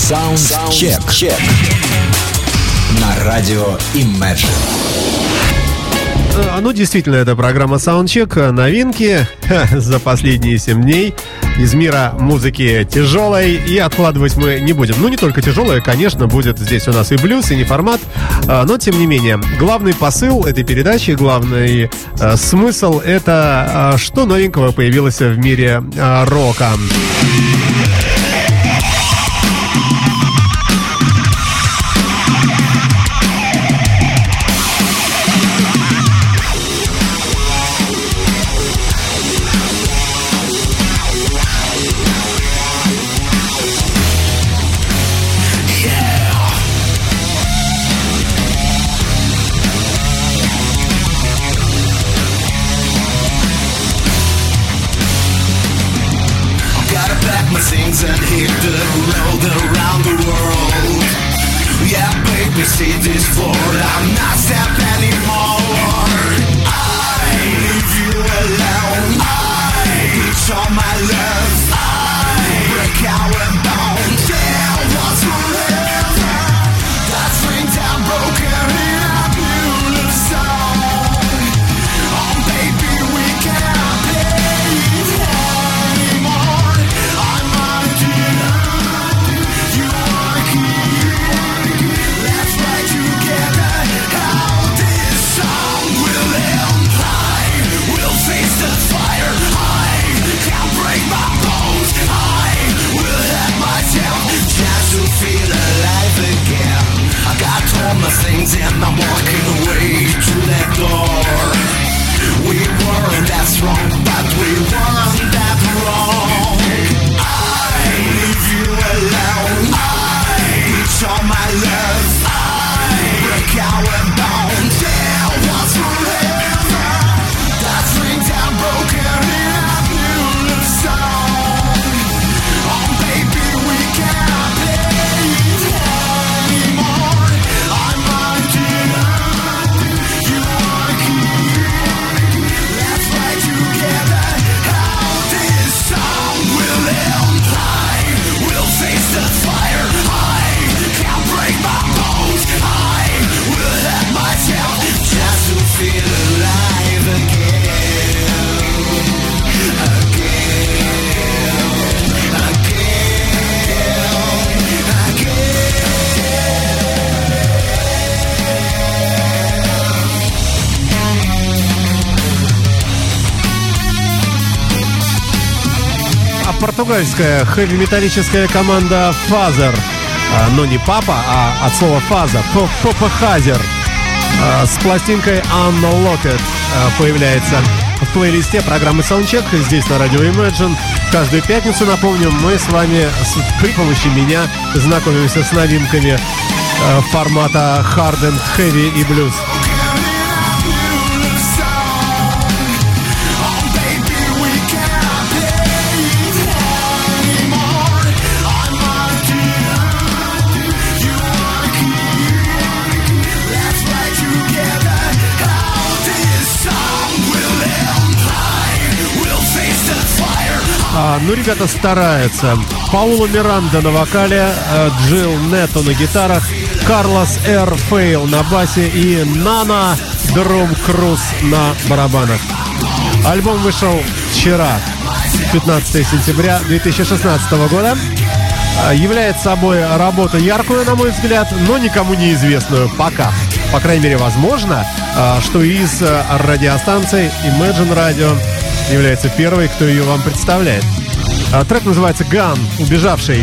Саундчек. На радио Imagine. Ну, действительно, это программа Soundcheck. Новинки за последние 7 дней из мира музыки тяжелой. И откладывать мы не будем. Ну, не только тяжелая, конечно, будет здесь у нас и блюз, и не формат. Но, тем не менее, главный посыл этой передачи, главный смысл — это что новенького появилось в мире рока. And hit the road around the world. Yeah, baby, see this floor, I'm not step anymore. I leave you alone. I beat all my love. I break our bones. There was forever. That string down broken in a beautiful song. Oh, baby, we can't play it anymore. I'm let's ride together. How this song will end. I will face the fire. I can't break my bones. I will have myself just to feel alive again. I got all my things and I'm walking away to that door. We weren't that strong, but we weren't that wrong. I leave you alone. It's all my love. I break our bones. There was forever. That string down broken in a beautiful song. Oh, baby, we can't play it anymore. I'm undone. You are here. Let's ride together. How this song will end. I will face the fire. Can't break my bones. I will have myself just to feel alive again. А португальская хэви-металлическая команда Fazer, но не папа, а от слова фаза, Хазер, с пластинкой Unlocked появляется в плейлисте программы Soundcheck здесь на радио Imagine. Каждую пятницу, напомню, мы с вами при помощи меня знакомимся с новинками формата Hard and Heavy и Blues. Ну, ребята стараются. Пауло Миранда на вокале, Джилл Нетто на гитарах, Карлос Р. Фейл на басе и Нана Друм Круз на барабанах. Альбом вышел вчера, 15 сентября 2016 года. Является собой работу яркую, на мой взгляд, но никому неизвестную пока. По крайней мере, возможно, что из радиостанций Imagine Radio является первой, кто ее вам представляет. Трек называется «Gun», «Убежавший».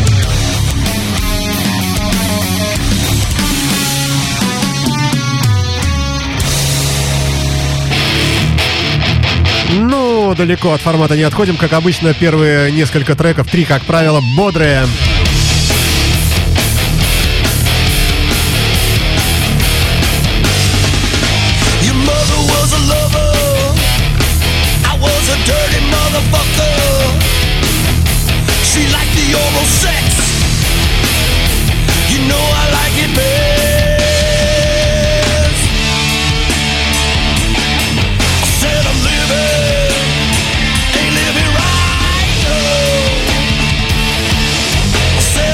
Ну, далеко от формата не отходим. Как обычно, первые несколько треков, 3, как правило, бодрые. Say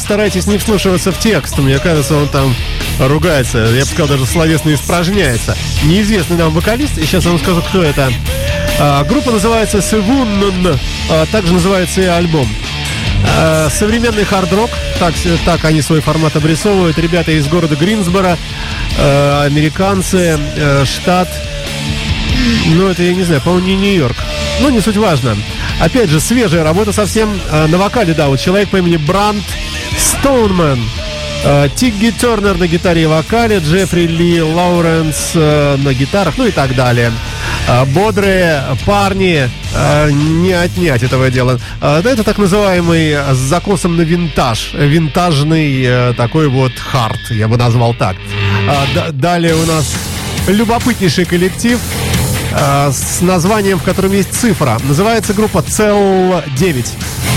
старайтесь не вслушиваться в текст. Мне кажется, он там ругается. Я бы сказал, даже словесно испражняется. Неизвестный нам вокалист. И сейчас я вам скажу, кто это. Группа называется Севунн. Также называется и альбом. Современный хард-рок. Так они свой формат обрисовывают. Ребята из города Гринсборо. Американцы. Штат. Ну, это, я не знаю, по-моему, не Нью-Йорк. Ну, не суть важно. Опять же, свежая работа совсем. На вокале, да, вот человек по имени Бранд Стоунман. Тигги Тернер на гитаре и вокале. Джеффри Ли Лоуренс на гитарах, ну и так далее. Бодрые парни, не отнять этого дела. Это так называемый с закосом на винтаж. Винтажный такой вот хард, я бы назвал так. Далее у нас любопытнейший коллектив с названием, в котором есть цифра. Называется группа Cell 9.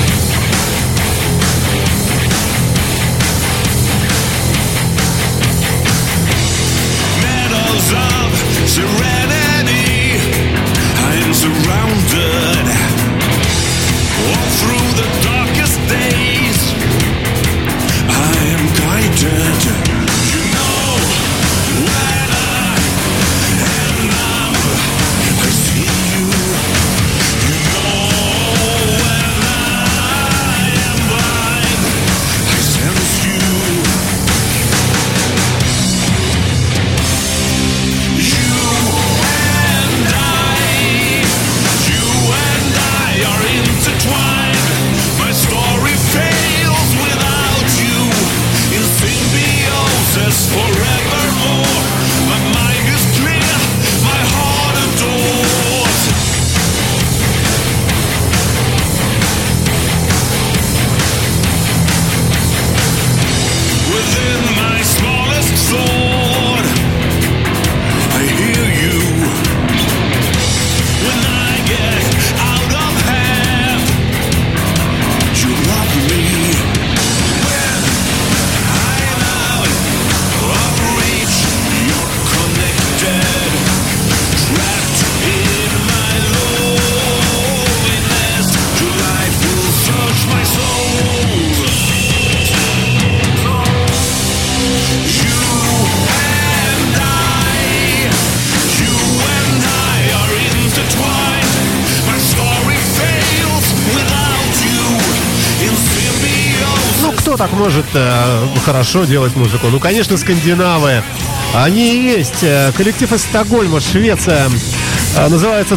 Так может хорошо делать музыку. Ну, конечно, скандинавы. Они и есть. Коллектив из Стокгольма, Швеция. Называется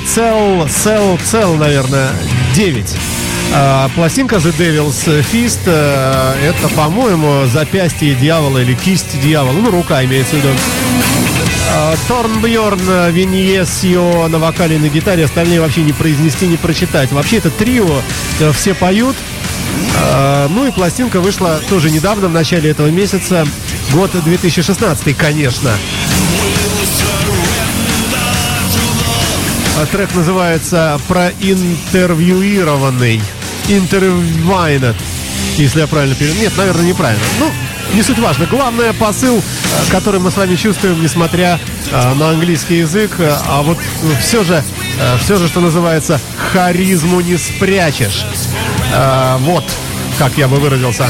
Cell, наверное, 9. Пластинка The Devil's Fist. Это, по-моему, запястье дьявола или кисть дьявола. Ну, рука имеется в виду. Торнбьорн Виньесио на вокале и на гитаре. Остальные вообще не произнести, не прочитать. Вообще это трио. Все поют. Ну и пластинка вышла тоже недавно, в начале этого месяца. Год 2016, конечно. Трек называется «Проинтервьюированный». Interviewed, если я правильно перевел. Нет, наверное, неправильно. Ну, не суть важно. Главное посыл, который мы с вами чувствуем, несмотря на английский язык. А вот все же, что называется, харизму не спрячешь. Вот, как я бы выразился.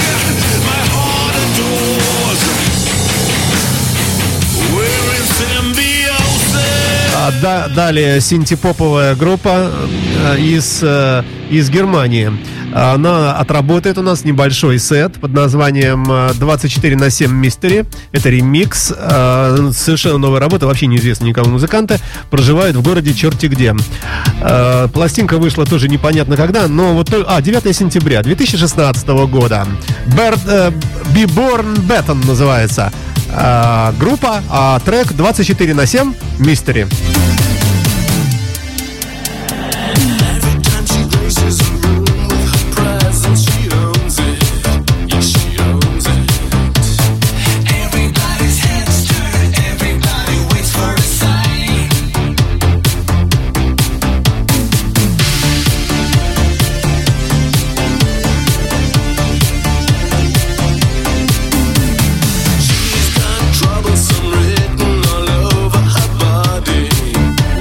Далее синтепоповая группа из Германии. Она отработает у нас небольшой сет под названием 24/7 Mystery. Это ремикс. Совершенно новая работа, вообще неизвестно никому музыканта. Проживает в городе черти где. Пластинка вышла тоже непонятно когда, но вот 9 сентября 2016 года. Be Born Beton называется группа, а трек 24/7 Mystery. Troublesome written all over her body.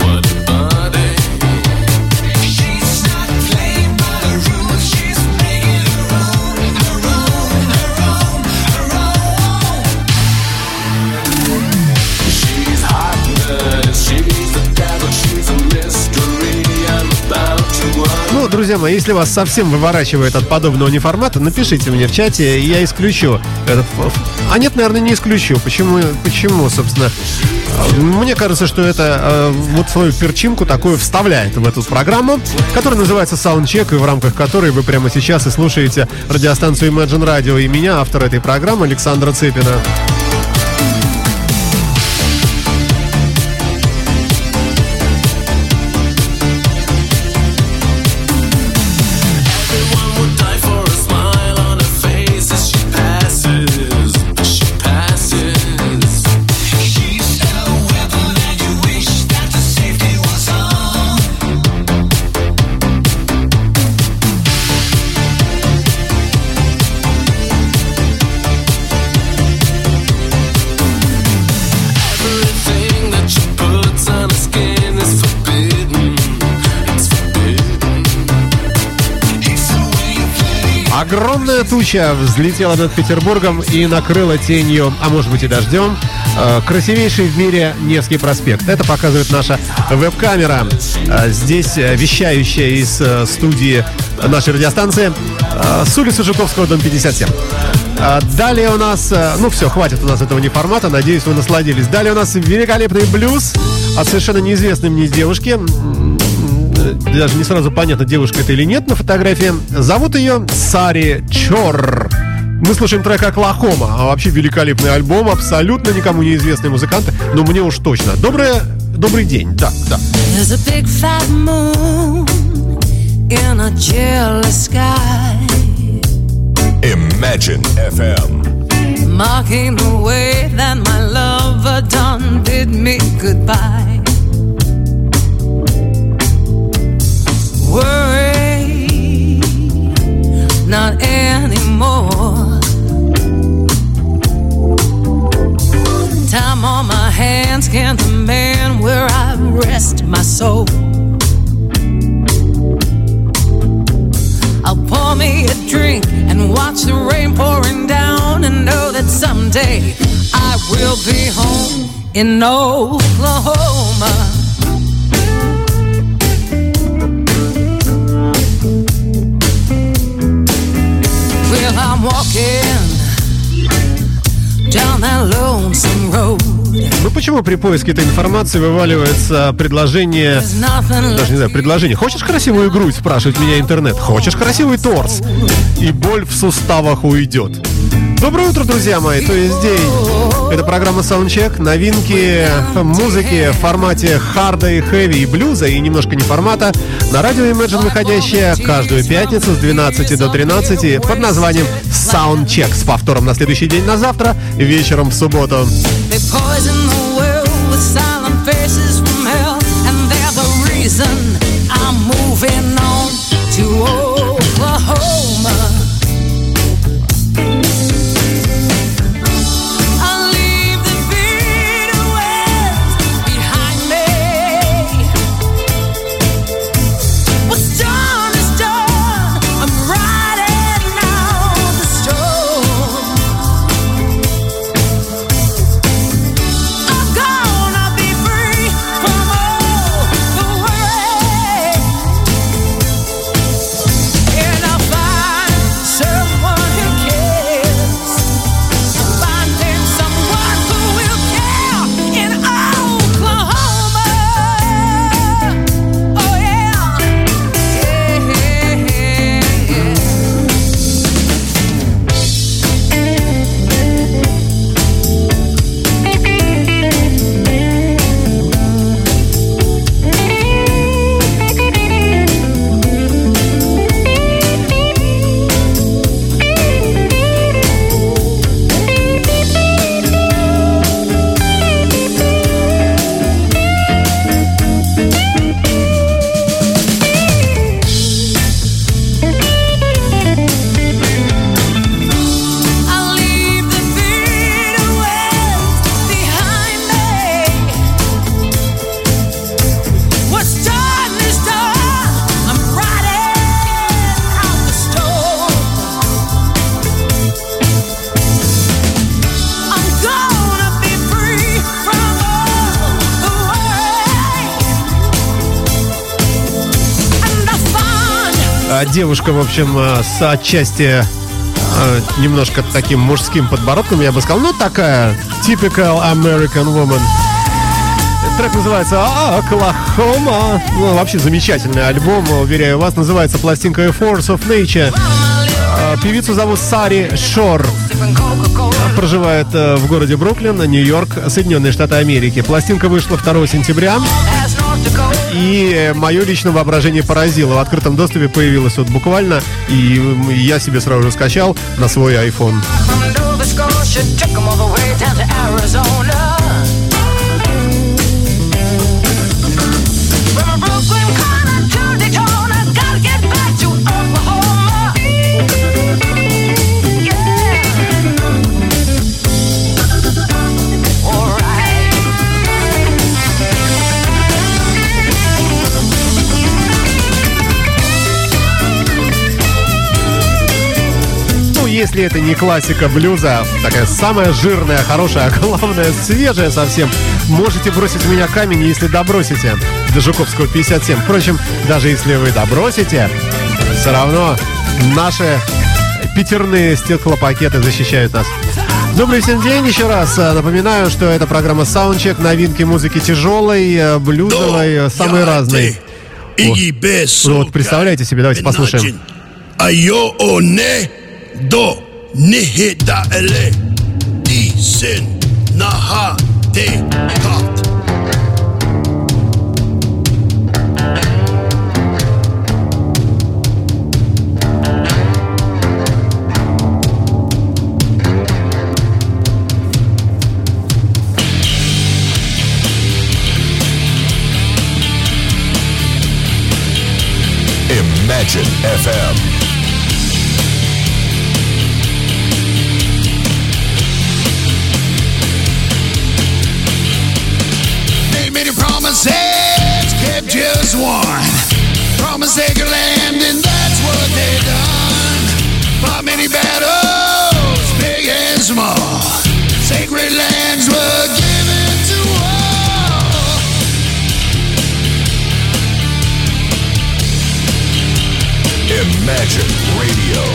друзья мои, если вас совсем выворачивает от подобного неформата, напишите мне в чате, и я исключу этот... А нет, наверное, не исключу. Почему, собственно? Мне кажется, что это вот свою перчинку такую вставляет в эту программу, которая называется Soundcheck, и в рамках которой вы прямо сейчас и слушаете радиостанцию Imagine Radio и меня, автора этой программы, Александра Цыпина. Огромная туча взлетела над Петербургом и накрыла тенью, а может быть и дождем, красивейший в мире Невский проспект. Это показывает наша веб-камера, здесь вещающая из студии нашей радиостанции с улицы Жуковского, дом 57. Далее у нас... Ну все, хватит у нас этого неформата, надеюсь, вы насладились. Далее у нас великолепный блюз от совершенно неизвестной мне девушки. Даже не сразу понятно, девушка это или нет на фотографии. Зовут ее Сари Чор. Мы слушаем трек «Оклахома». А вообще великолепный альбом, абсолютно никому неизвестные музыканты, но мне уж точно. Добрый день, да. There's a big fat moon in a jealous sky. Imagine FM. Marking the way that my lover done bid me goodbye. Worry, not anymore. Time on my hands can't demand where I rest my soul. I'll pour me a drink and watch the rain pouring down and know that someday I will be home in Oklahoma. Well, I'm walking down that lonesome road. Ну почему при поиске этой информации вываливается предложение... Даже не знаю, предложение. Хочешь красивую грудь, спрашивает меня интернет. Хочешь красивый торс? И боль в суставах уйдет. Доброе утро, друзья мои, то есть день. Это программа Soundcheck. Новинки музыки в формате харда и хэви и блюза, и немножко неформата. На радио Imagine, выходящая каждую пятницу с 12 до 13 под названием Soundcheck. С повтором на следующий день, на завтра, вечером в субботу. Gonna be Девушка, в общем, с отчасти немножко таким мужским подбородком, я бы сказал. Ну, такая typical American woman. Трек называется «Oklahoma». Ну, вообще замечательный альбом, уверяю вас. Называется пластинка «A Force of Nature». Певицу зовут Сари Шор. Проживает в городе Бруклин, Нью-Йорк, Соединенные Штаты Америки. Пластинка вышла 2 сентября. И мое личное воображение поразило. В открытом доступе появилась вот буквально. И я себе сразу же скачал на свой iPhone. Если это не классика блюза, такая самая жирная, хорошая, а главное свежая совсем, можете бросить в меня камень, если добросите до Жуковского 57. Впрочем, даже если вы добросите, все равно наши пятерные стеклопакеты защищают нас. Добрый всем день еще раз. Напоминаю, что это программа Soundcheck, новинки музыки тяжелой, блюзовой, самой разной. Вот представляете себе, давайте послушаем. Do nihe da ele di sin naha de kat Imagine FM. Kept just one. Promise they could land, and that's what they done. Fought many battles, big and small. Sacred lands were given to all. Imagine Radio.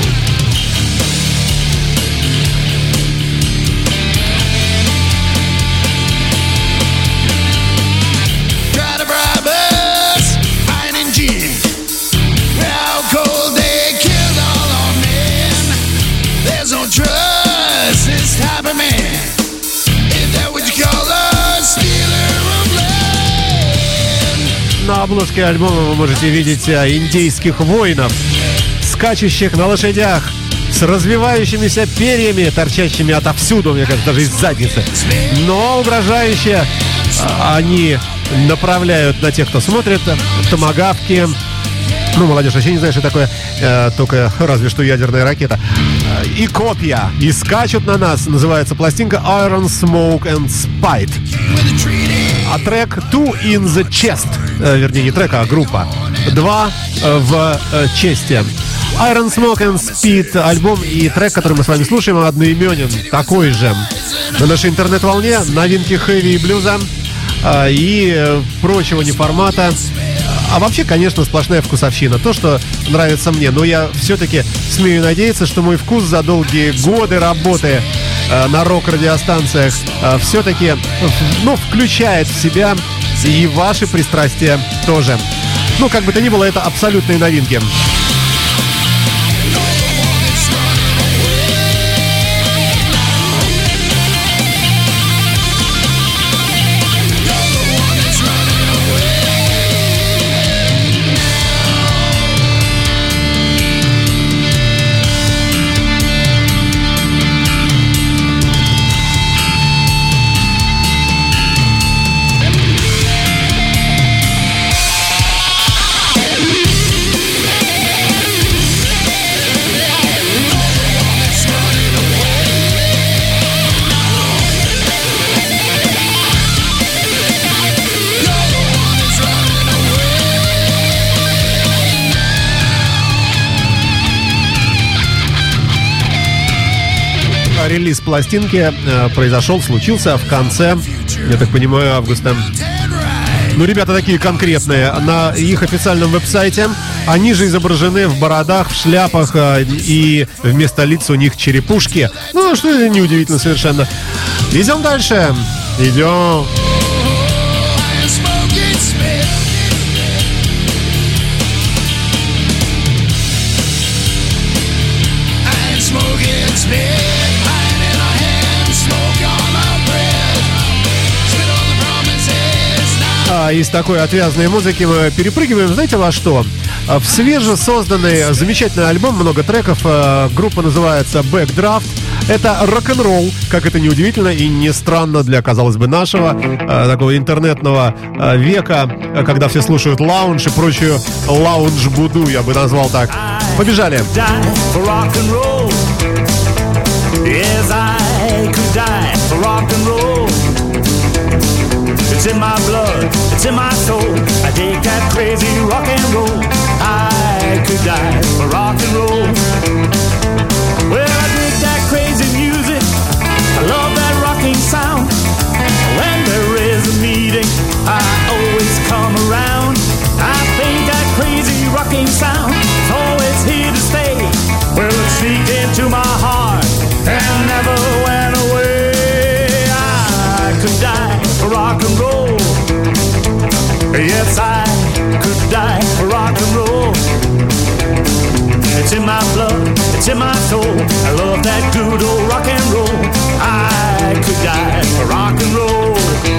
Trust this type of man. Is that what you call a stealer of land? На обложке альбома вы можете видеть индейских воинов, скачущих на лошадях, с развивающимися перьями, торчащими отовсюду, мне кажется, даже из задницы. Но угрожающе они направляют на тех, кто смотрит, томагавки. Ну, молодежь вообще не знает, что такое, только разве что ядерная ракета. И копья. И скачут на нас. Называется пластинка Iron Smoke and Spite. А трек Two in the Chest. Вернее, не трек, а группа. 2 в чести. Iron Smoke and Spite. Альбом и трек, который мы с вами слушаем, одноименен. Такой же. На нашей интернет-волне новинки хэви и блюза и прочего неформата. А вообще, конечно, сплошная вкусовщина. То, что нравится мне. Но я все-таки смею надеяться, что мой вкус за долгие годы работы на рок-радиостанциях все-таки, ну, включает в себя и ваши пристрастия тоже. Ну, как бы то ни было, это абсолютные новинки. Релиз пластинки случился в конце, я так понимаю, августа. Ну, ребята такие конкретные. На их официальном веб-сайте они же изображены в бородах, в шляпах, и вместо лиц у них черепушки. Ну, что это неудивительно совершенно. Идем дальше. Идем. Из такой отвязной музыки мы перепрыгиваем, знаете, во что? В свежесозданный замечательный альбом, много треков. Группа называется Backdraft. Это рок-н-ролл, как это не удивительно и не странно для, казалось бы, нашего такого интернетного века, когда все слушают лаунж и прочую лаунж-буду, я бы назвал так. Побежали! It's in my blood, it's in my soul. I dig that crazy rock and roll. I could die for rock and roll. Well, I dig that crazy music. I love that rocking sound. When there is a meeting, I always come around. I think that crazy rocking sound is always here to stay. Well, it sneaked into my heart and never went away. I could die for rock and roll. Yes, I could die for rock and roll. It's in my blood, it's in my soul. I love that good old rock and roll. I could die for rock and roll.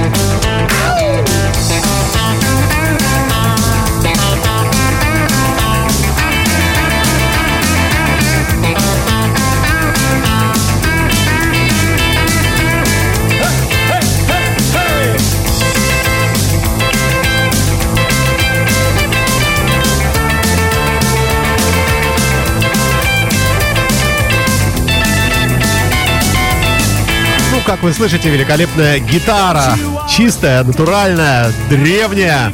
Как вы слышите, великолепная гитара. Чистая, натуральная, древняя.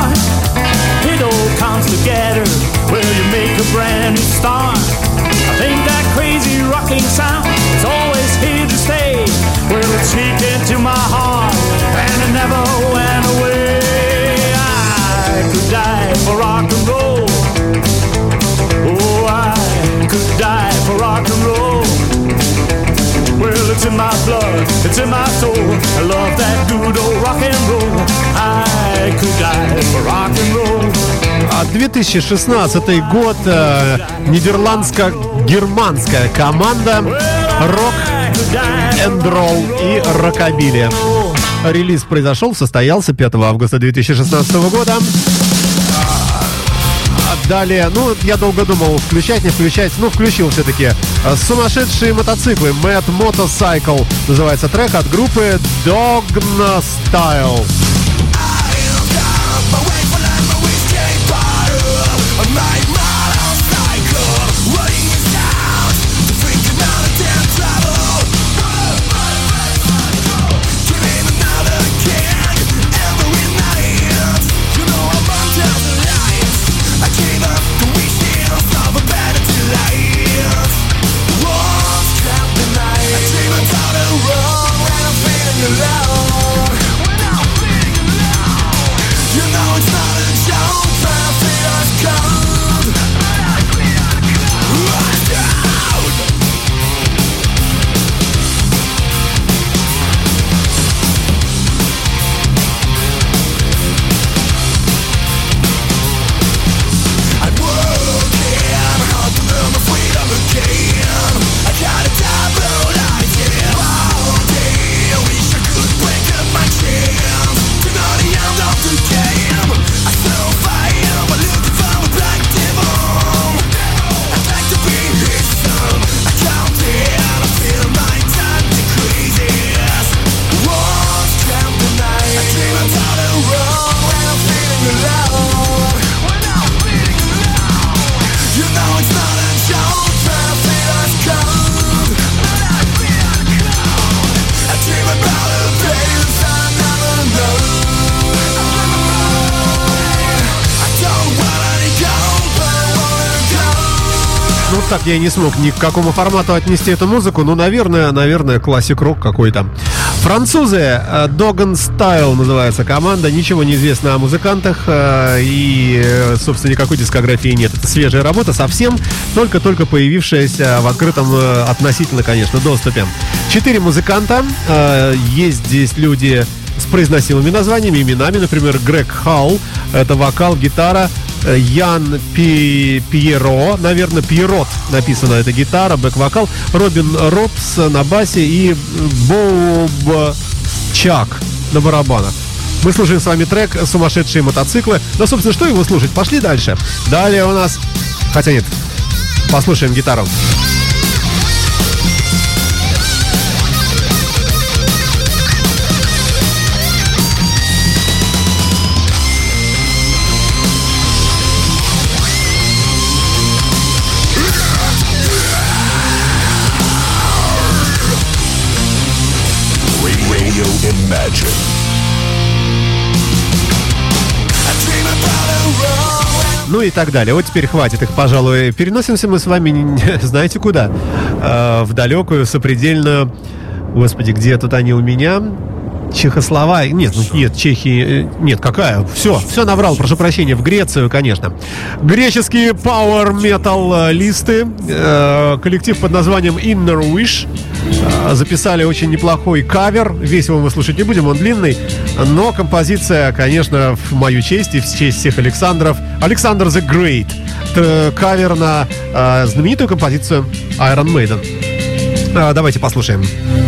Well, it's in my blood, it's in my soul. I love that good old rock and roll. I could die for rock and roll. 2016 год. Нидерландско-германская команда рок-энд-ролл и рокобили. Релиз состоялся 5 августа 2016 года. Далее, я долго думал, включать, не включать. Включил все-таки. Сумасшедшие мотоциклы. Mad Motorcycle называется трек от группы Dogma Style. Так я и не смог ни к какому формату отнести эту музыку. Наверное, классик-рок какой-то. Французы, Dogan Style называется команда, ничего не известно о музыкантах и, собственно, никакой дискографии нет. Это свежая работа, совсем только-только появившаяся в открытом относительно, конечно, доступе. 4 музыканта, есть здесь люди с произносимыми названиями, именами, например, Грег Халл, это вокал, гитара, Ян Пьеро, наверное, Пьерот написано, это гитара, бэк-вокал, Робин Робс на басе и Боб Чак на барабанах. Мы слушаем с вами трек «Сумасшедшие мотоциклы». Да, собственно, что его слушать? Пошли дальше. Далее у нас... Хотя нет, послушаем гитару. Imagine. Ну и так далее. Вот теперь хватит их, пожалуй. Переносимся мы с вами, знаете куда? В далекую, сопредельную... Господи, где тут они у меня? Чехословакия. Нет, Чехии. Нет, какая? Все наврал, прошу прощения. В Грецию, конечно. Греческие power metal листы. Коллектив под названием Inner Wish записали очень неплохой кавер. Весь его мы слушать не будем, он длинный. Но композиция, конечно, в мою честь и в честь всех Александров. Александр the Great. Кавер на знаменитую композицию Iron Maiden. Давайте послушаем.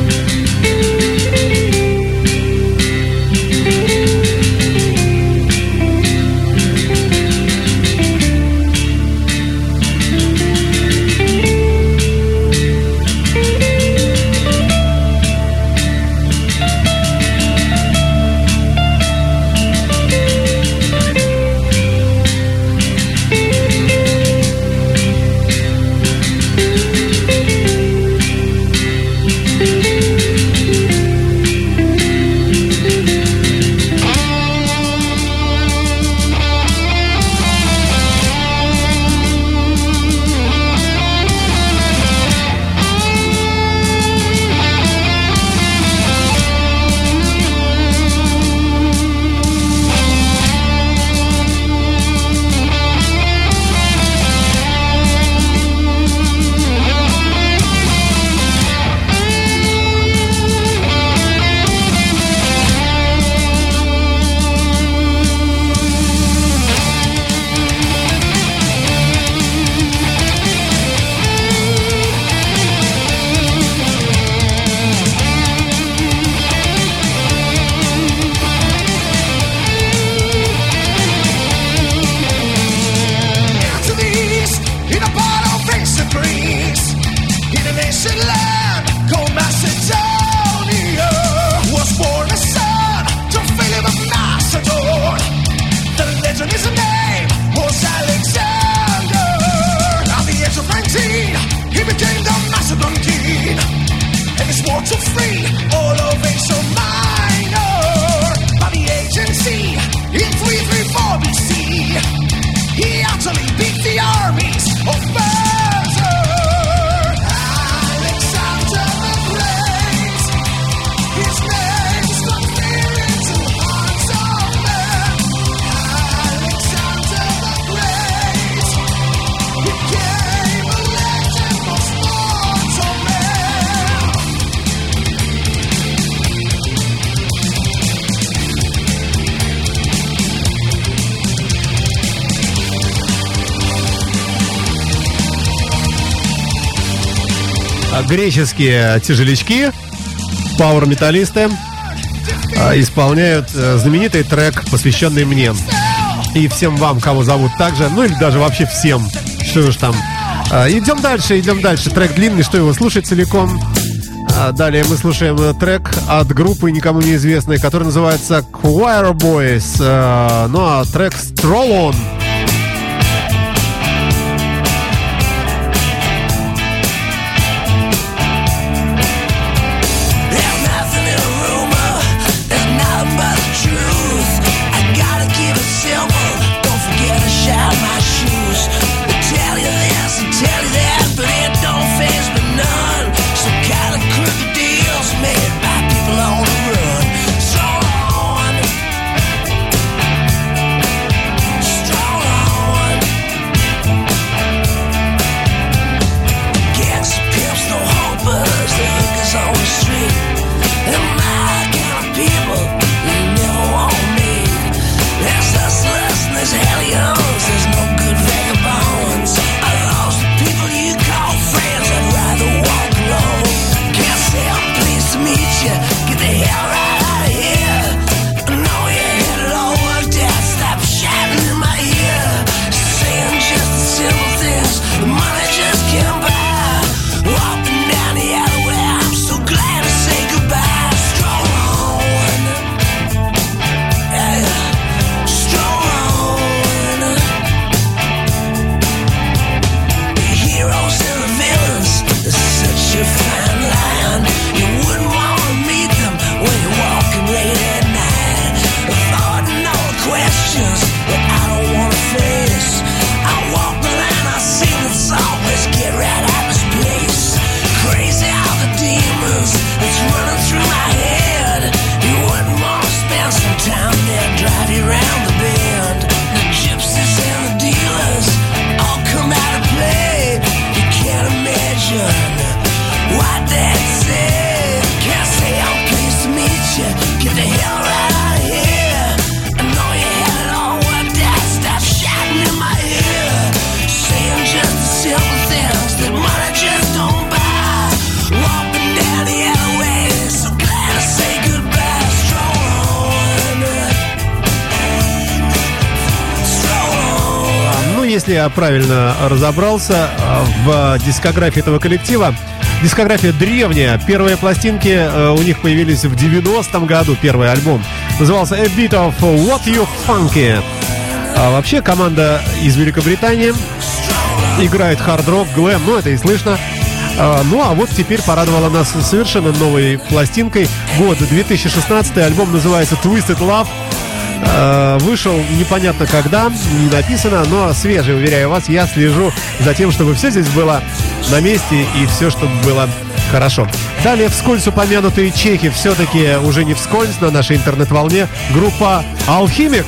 Греческие тяжелячки, пауэр-металлисты, исполняют знаменитый трек, посвященный мне. И всем вам, кого зовут также, ну или даже вообще всем. Что уж там. Идем дальше. Трек длинный, что его слушать целиком. Далее мы слушаем трек от группы никому неизвестной, который называется Choir Boys. Ну а трек Stroll On. Made by people on there's aliens, there's no good vagabonds. I lost the people you call friends, I'd rather walk alone. Can't say I'm pleased to meet you, get the hell right out of here. I know you had it all worked out, stop shouting in my ear. Saying just the simple things, the money just can't buy. Walking down the alleyway, I'm so glad to say goodbye. Stroll on, yeah, stroll on. The heroes and the villains, there's such a fine line. You wouldn't want to meet them when you're walking late at night. The thought and all the questions that I don't want to face. I walk the line, I sing the song, let's get right out of this place. Crazy how the demons that's running through my head. You wouldn't want to spend some time there, drive you around the bend. The gypsies and the dealers all come out to play. You can't imagine what they'd say. Can't say I'm pleased to meet you, get the hell right out of here. I know you had it all worked out, stop shouting in my ear. Saying just the simple things that money just don't buy. Walking down the alleyway, so glad to say goodbye. Stroll on, stroll on. Ну, если я правильно разобрался в дискографии этого коллектива, дискография древняя. Первые пластинки у них появились в 90-м году, первый альбом. Назывался A Bit of What You Funky. А вообще команда из Великобритании играет хард-рок, глэм, ну это и слышно. Ну а вот теперь порадовала нас совершенно новой пластинкой. Год 2016, альбом называется Twisted Love. Вышел непонятно когда, не написано, но свежий, уверяю вас. Я слежу за тем, чтобы все здесь было на месте и все, чтобы было хорошо. Далее вскользь упомянутые чехи, все-таки уже не вскользь на нашей интернет-волне, группа Alchemic.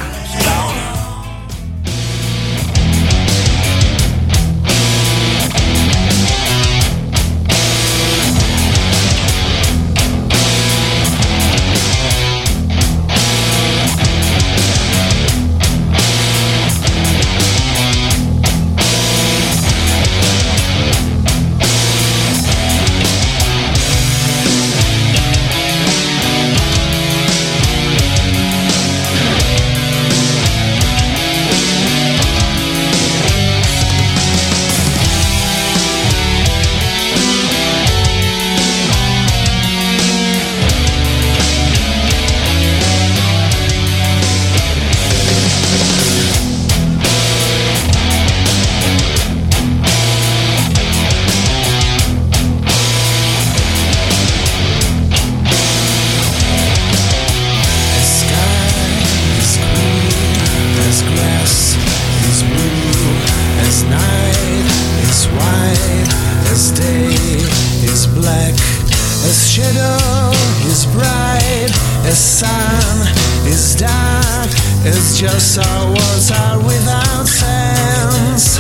Just our words are without sense.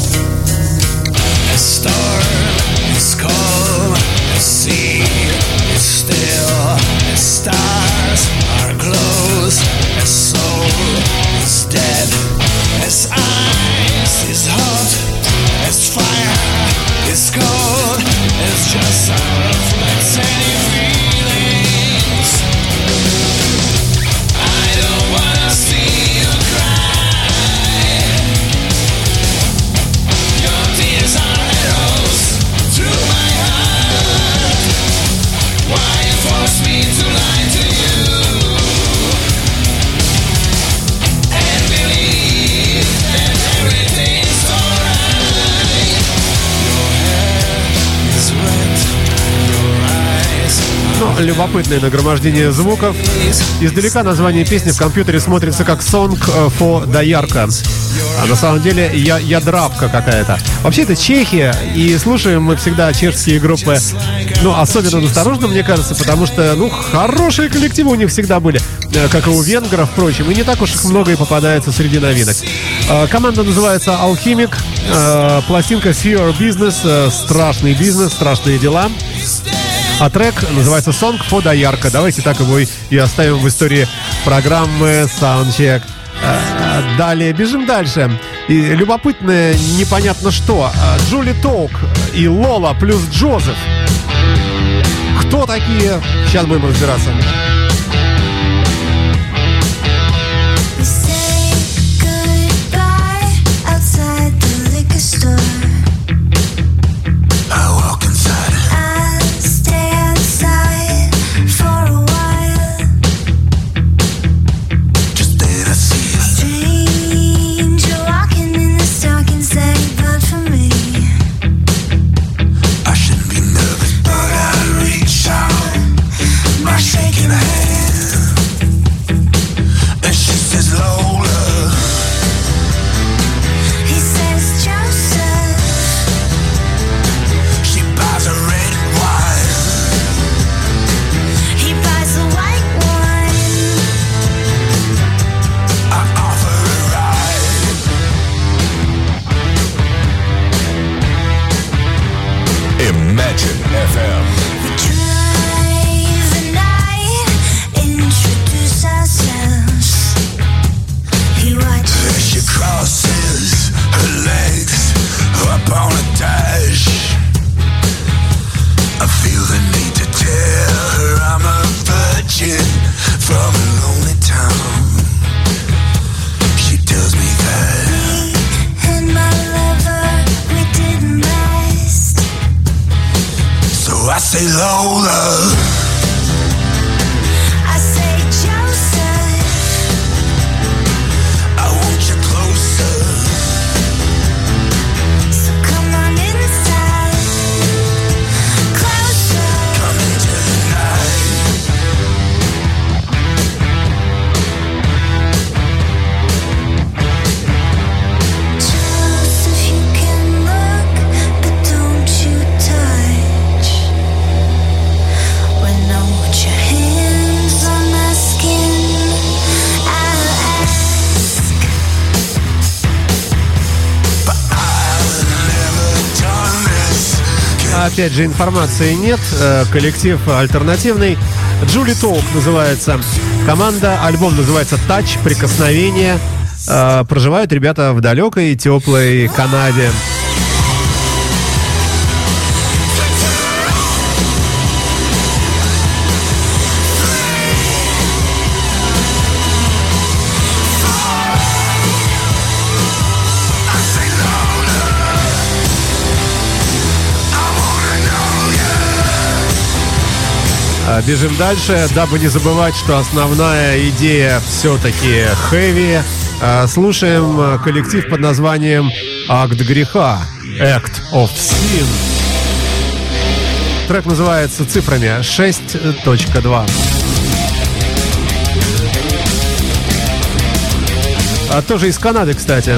A storm is calm, a sea is still, as stars are closed, as soul is dead, as ice is hot, as fire is cold, as just our reflects any feelings. I don't wanna see любопытное нагромождение звуков. Издалека название песни в компьютере смотрится как Song for Doярка. А на самом деле ядравка какая-то. Вообще это Чехия, и слушаем мы всегда чешские группы, ну, особенно осторожно, мне кажется, потому что, ну, хорошие коллективы у них всегда были, как и у венгров, впрочем, и не так уж их много и попадается среди новинок. Команда называется Alchemic, пластинка See Your Business, страшный бизнес, страшные дела. А трек называется Song for Doярка. Давайте так его и оставим в истории программы Soundcheck Далее, бежим дальше. И любопытное, непонятно что. Джули Толк и Лола плюс Джозеф. Кто такие? Сейчас будем разбираться. Imagine FM. She crosses her legs up on a dash. I feel the need to tell her I'm a virgin from a lonely town. She tells me that me and my lover, we didn't last. So I say Lola, I say Joseph, I want you closer. So come on inside, closer. Come into the night. Joseph, you can look, but don't you touch. When I want your hands on my skin, I'll ask. But I've never done this. Опять же, информации нет. Коллектив альтернативный. Джули Толк называется команда. Альбом называется «Тач», «Прикосновение». Проживают ребята в далекой теплой Канаде. Бежим дальше, дабы не забывать, что основная идея все-таки хэви. Слушаем коллектив под названием «Акт греха», «Act of Sin». Трек называется цифрами 6.2. Тоже из Канады, кстати.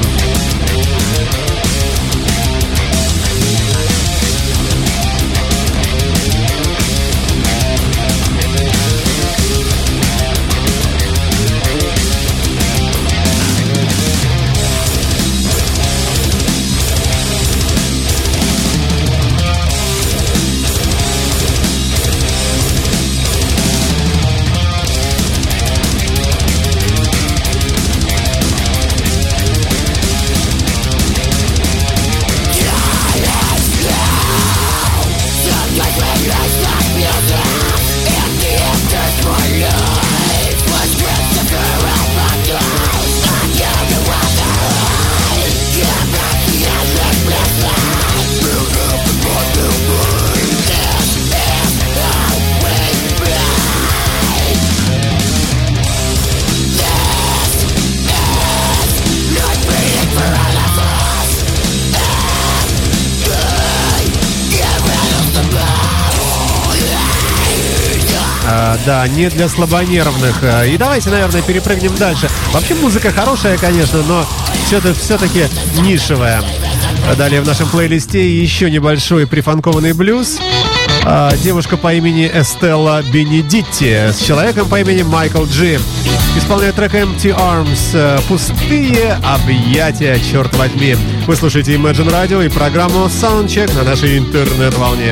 Да, не для слабонервных. И давайте, наверное, перепрыгнем дальше. Вообще музыка хорошая, конечно, но все-таки нишевая. Далее в нашем плейлисте еще небольшой прифанкованный блюз. Девушка по имени Эстелла Бенедитти с человеком по имени Майкл Джи. Исполняет трек Empty Arms, пустые объятия, черт возьми. Вы слушаете Imagine Radio и программу Soundcheck на нашей интернет-волне.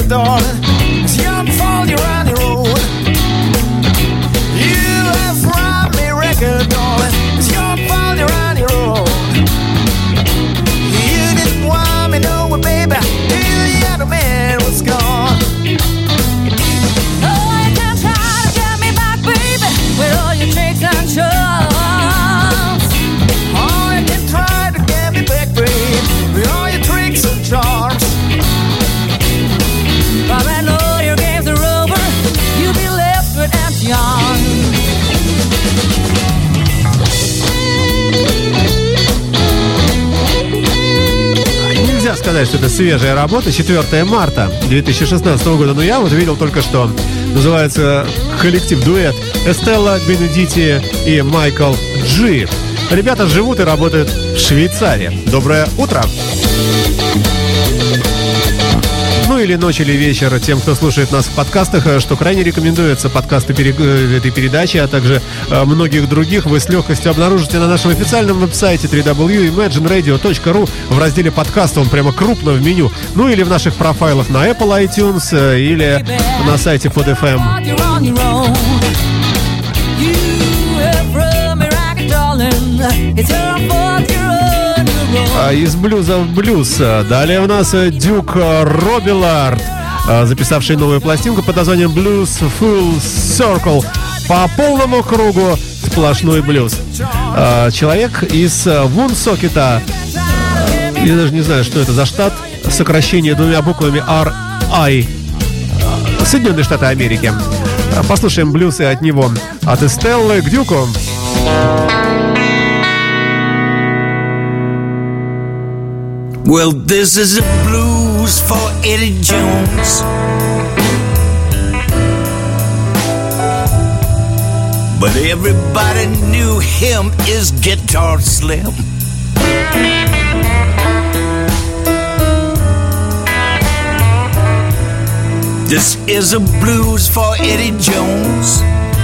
record, darling. It's young fall, you're on your own. You have robbed me record, darling. It's your fault, you're on your own. You didn't want me nowhere, baby, till the other man was gone. Oh, you can try to get me back, baby, with all your tricks and charms. Oh, you can try to get me back, babe, with all your tricks and charms. But when all your games are over, you'll be left with empty arms. Нельзя сказать, что это свежая работа. 4 марта 2016 года. Но я вот видел только что. Называется коллектив-дуэт Эстелла Бенедити и Майкл Джи. Ребята живут и работают в Швейцарии. Доброе утро! Ну или ночь, или вечер тем, кто слушает нас в подкастах, что крайне рекомендуется подкасты этой передачи, а также многих других вы с легкостью обнаружите на нашем официальном веб-сайте www.imagineradio.ru в разделе подкаста, он прямо крупно в меню. Ну или в наших профайлах на Apple iTunes или на сайте PodFM. Из блюза в блюз. Далее у нас Дюк Робилард, записавший новую пластинку под названием Blues Full Circle. По полному кругу сплошной блюз. Человек из Вунсокета. Я даже не знаю, что это за штат. Сокращение двумя буквами RI. Соединенные Штаты Америки. Послушаем блюз и от него. От Эстеллы к Дюку. Well, this is a blues for Eddie Jones. But everybody knew him as Guitar Slim. This is a blues for Eddie Jones.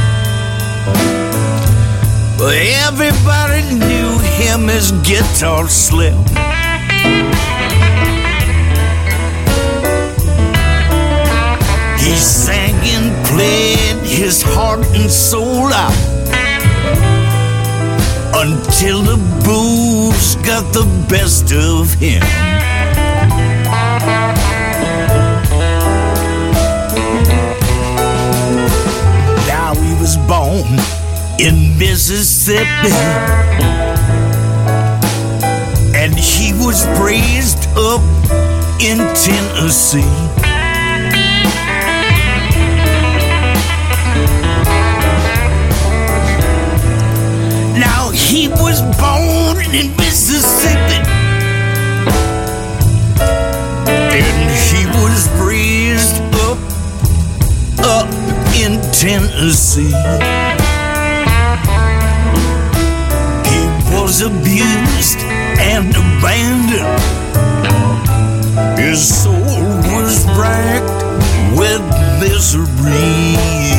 But everybody knew him as Guitar Slim. He sang and played his heart and soul out until the booze got the best of him. Now he was born in Mississippi, and he was raised up in Tennessee. Now he was born in Mississippi, and he was raised up in Tennessee. He was abused and abandoned. His soul was racked with misery.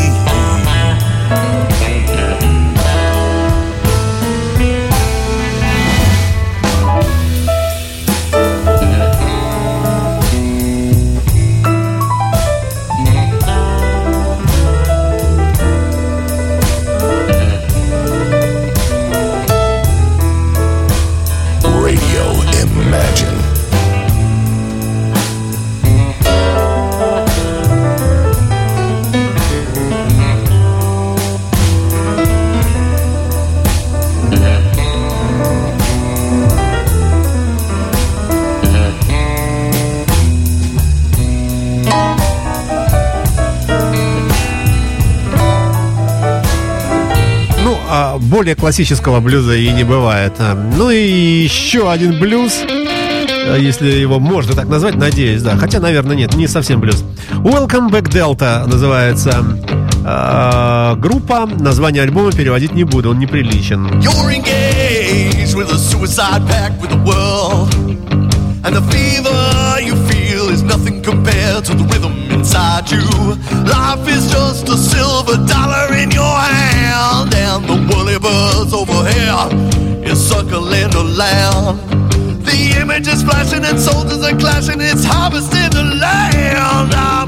Более классического блюза и не бывает. Ну и еще один блюз, если его можно так назвать, надеюсь, да. Хотя, наверное, нет, не совсем блюз. Welcome Back Delta называется группа. Название альбома переводить не буду, он неприличен. You're engaged with a suicide pact with the world, and the fever you feel is nothing compared to the rhythm inside you. Life is just a silver dollar in your hand, and the woolly birds over here is suckling the land. The image is flashing and soldiers are clashing, it's harvesting the land.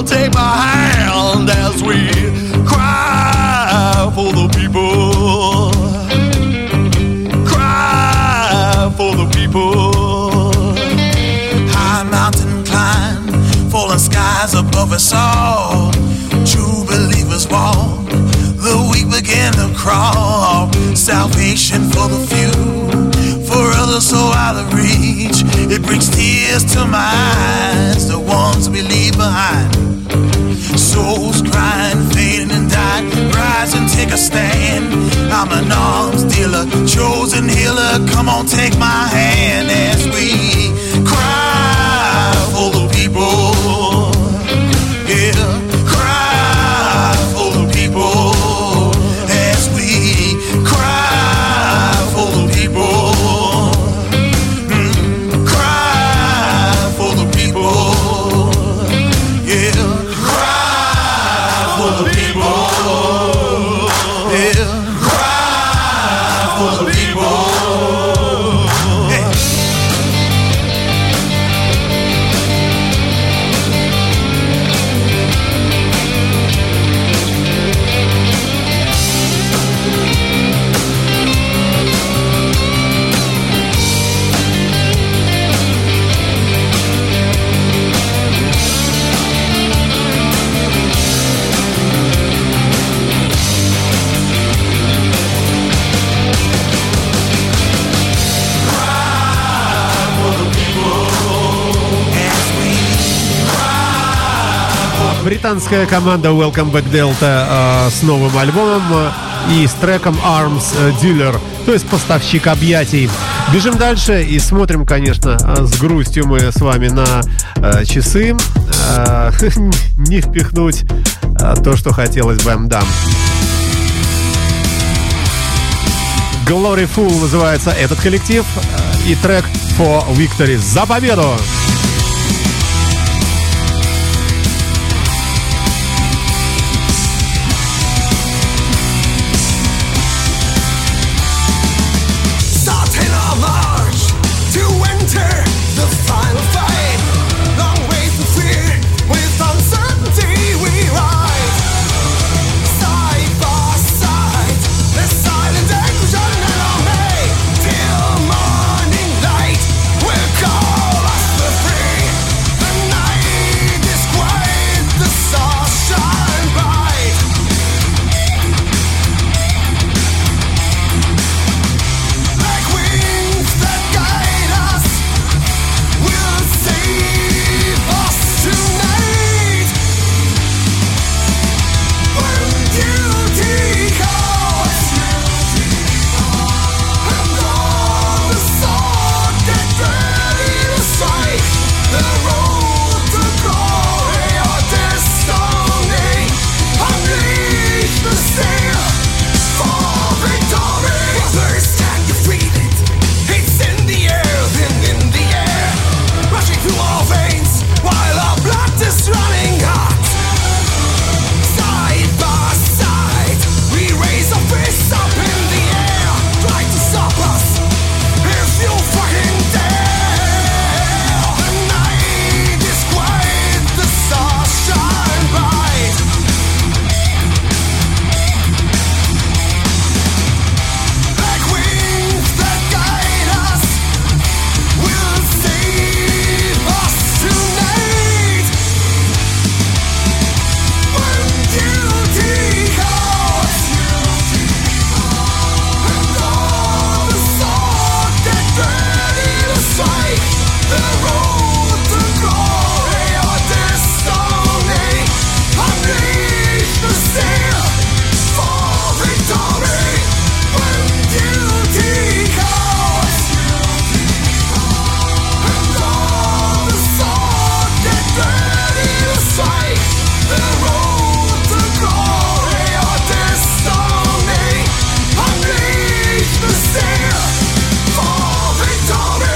take my hand as we cry for the people. Cry for the people. High mountain climb, fallen skies above us all. True believers walk, the weak begin to crawl. Salvation for the few, for others so out of reach. It brings tears to my eyes, the ones we leave behind. Souls crying, fading and dying. Rise and take a stand. I'm an arms dealer, chosen healer. Come on, take my hand as we cry for the people. Yeah, cry for the people as we cry for the people. Cry for the people. Yeah, cry for the people. Yeah, cry for the people. Yeah. Британская команда Welcome Back Delta с новым альбомом и с треком Arms Dealer, то есть поставщик объятий. Бежим дальше и смотрим, конечно, с грустью мы с вами на часы. Не впихнуть то, что хотелось бы, да. Gloryful называется этот коллектив и трек For Victory. За победу! Starting our march to enter the final fight. Long way to fear, with uncertainty we rise. Side by side, the silent anguish on an army. Till morning light will call us the free. The night is quiet, the stars shine bright. Like wings that guide us, will save us tonight. When duty calls, and all the sword get ready to strike. The road to glory or destiny, unleash the sail for victory. Brothers, can you feel it? It's in the air, then in the air, rushing through our veins while our blood is running hot. Side by side, we raise our fists up in the air, try to stop us if you fucking dare. The night is quiet, the stars shine bright. Like wings that guide us, will save us tonight. When duty calls, and all the sword get ready to strike. The road to glory or destiny, unleash the sail for victory. When duty calls, and all the sword get ready to strike. The road to glory or destiny, unleash the sail for victory.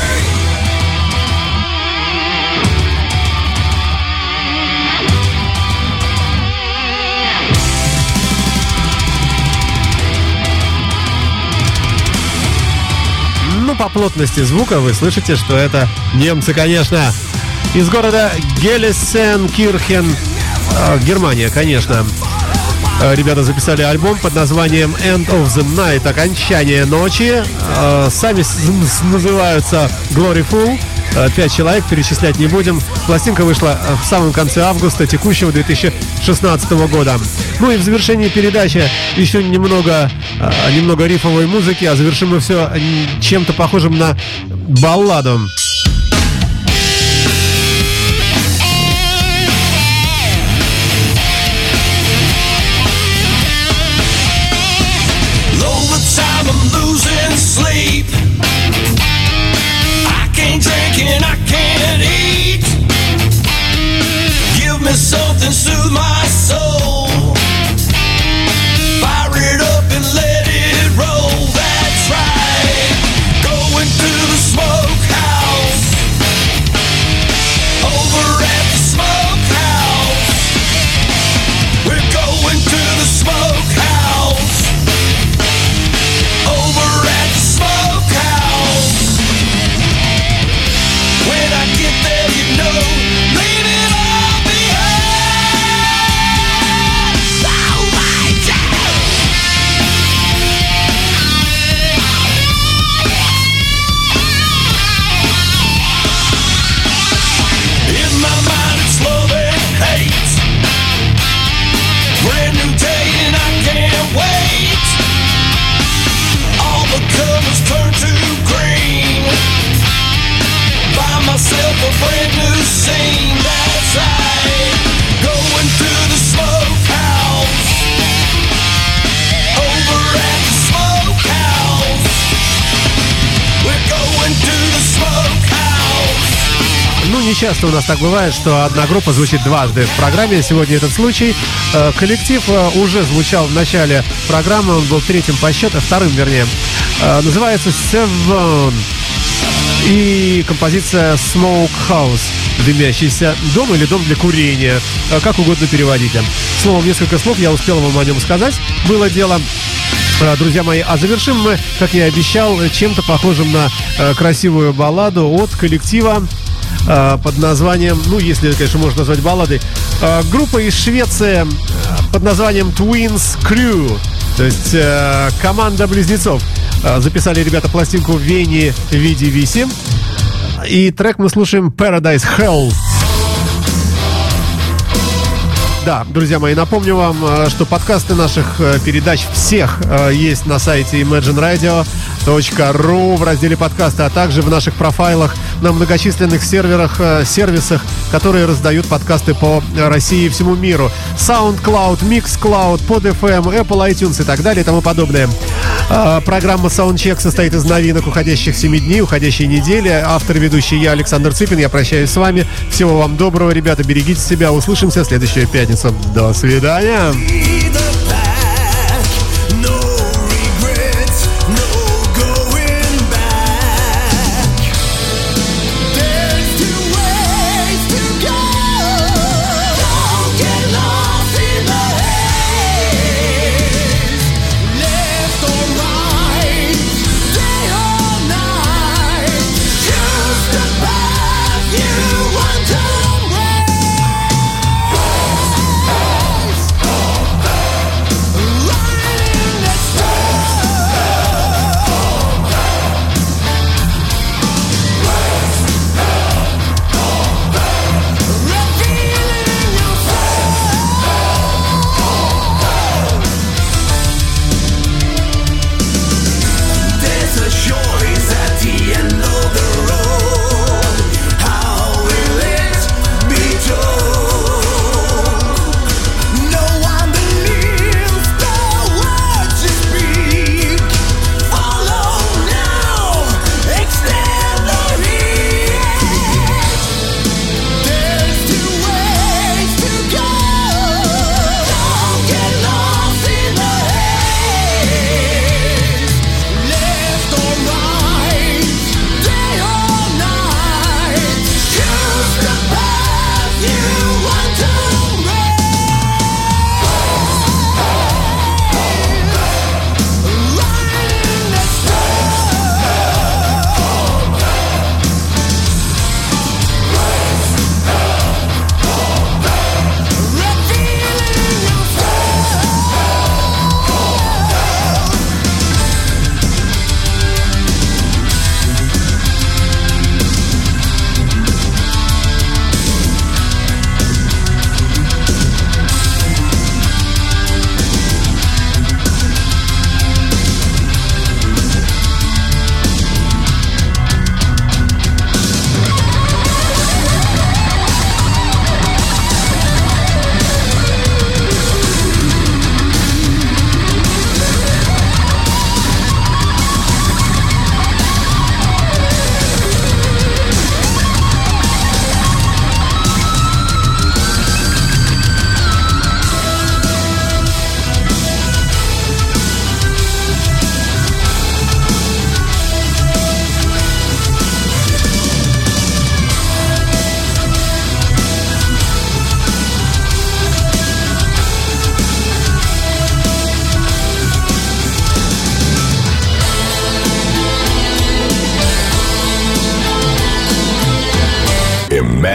Ну, по плотности звука вы слышите, что это немцы, конечно. Из города Гелисенкирхен Германия, конечно. Ребята записали альбом под названием End of the Night, окончание ночи. Сами называются Gloryful. 5 человек, перечислять не будем. Пластинка вышла в самом конце августа текущего 2016 года. Ну и в завершении передачи еще немного рифовой музыки, а завершим мы все чем-то похожим на балладу. And I can't eat. Give me something, soothe my soul. Fire it up and let it roll. That's right. Going to the smokehouse. Over at the smokehouse. We're going to the smokehouse. Over at the smokehouse. When I get there, you know, leave it all behind. Oh my God. In my mind, it's love and hate. Brand new day and I can't wait. All the colors turn to green. Find myself a brand new scene, that's right. Going to the smokehouse. Over at the smokehouse. We're going to the smokehouse. Ну, не часто у нас так бывает, что одна группа звучит дважды в программе. Сегодня этот случай. Коллектив уже звучал в начале программы, он был третьим по счету, вторым, вернее. Называется Seven. И композиция Smokehouse, дымящийся дом или дом для курения, как угодно переводите. Словом, несколько слов я успел вам о нем сказать. Было дело, друзья мои. А завершим мы, как я и обещал, чем-то похожим на красивую балладу от коллектива под названием, ну, если, конечно, можно назвать балладой, группа из Швеции под названием Twins Crew, то есть команда близнецов. Записали ребята пластинку в Вене в виде виси. И трек мы слушаем Paradise Hell. Да, друзья мои, напомню вам, что подкасты наших передач всех есть на сайте imagineradio.ru в разделе подкасты, а также в наших профайлах на многочисленных сервисах, которые раздают подкасты по России и всему миру. SoundCloud, MixCloud, PodFM, Apple iTunes и так далее и тому подобное. Программа Soundcheck состоит из новинок уходящих 7 дней, уходящей недели. Автор и ведущий я, Александр Цыпин. Я прощаюсь с вами. Всего вам доброго, ребята. Берегите себя. Услышимся в следующую пятницу. До свидания.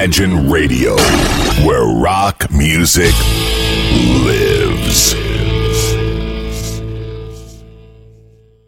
Imagine Radio, where rock music lives.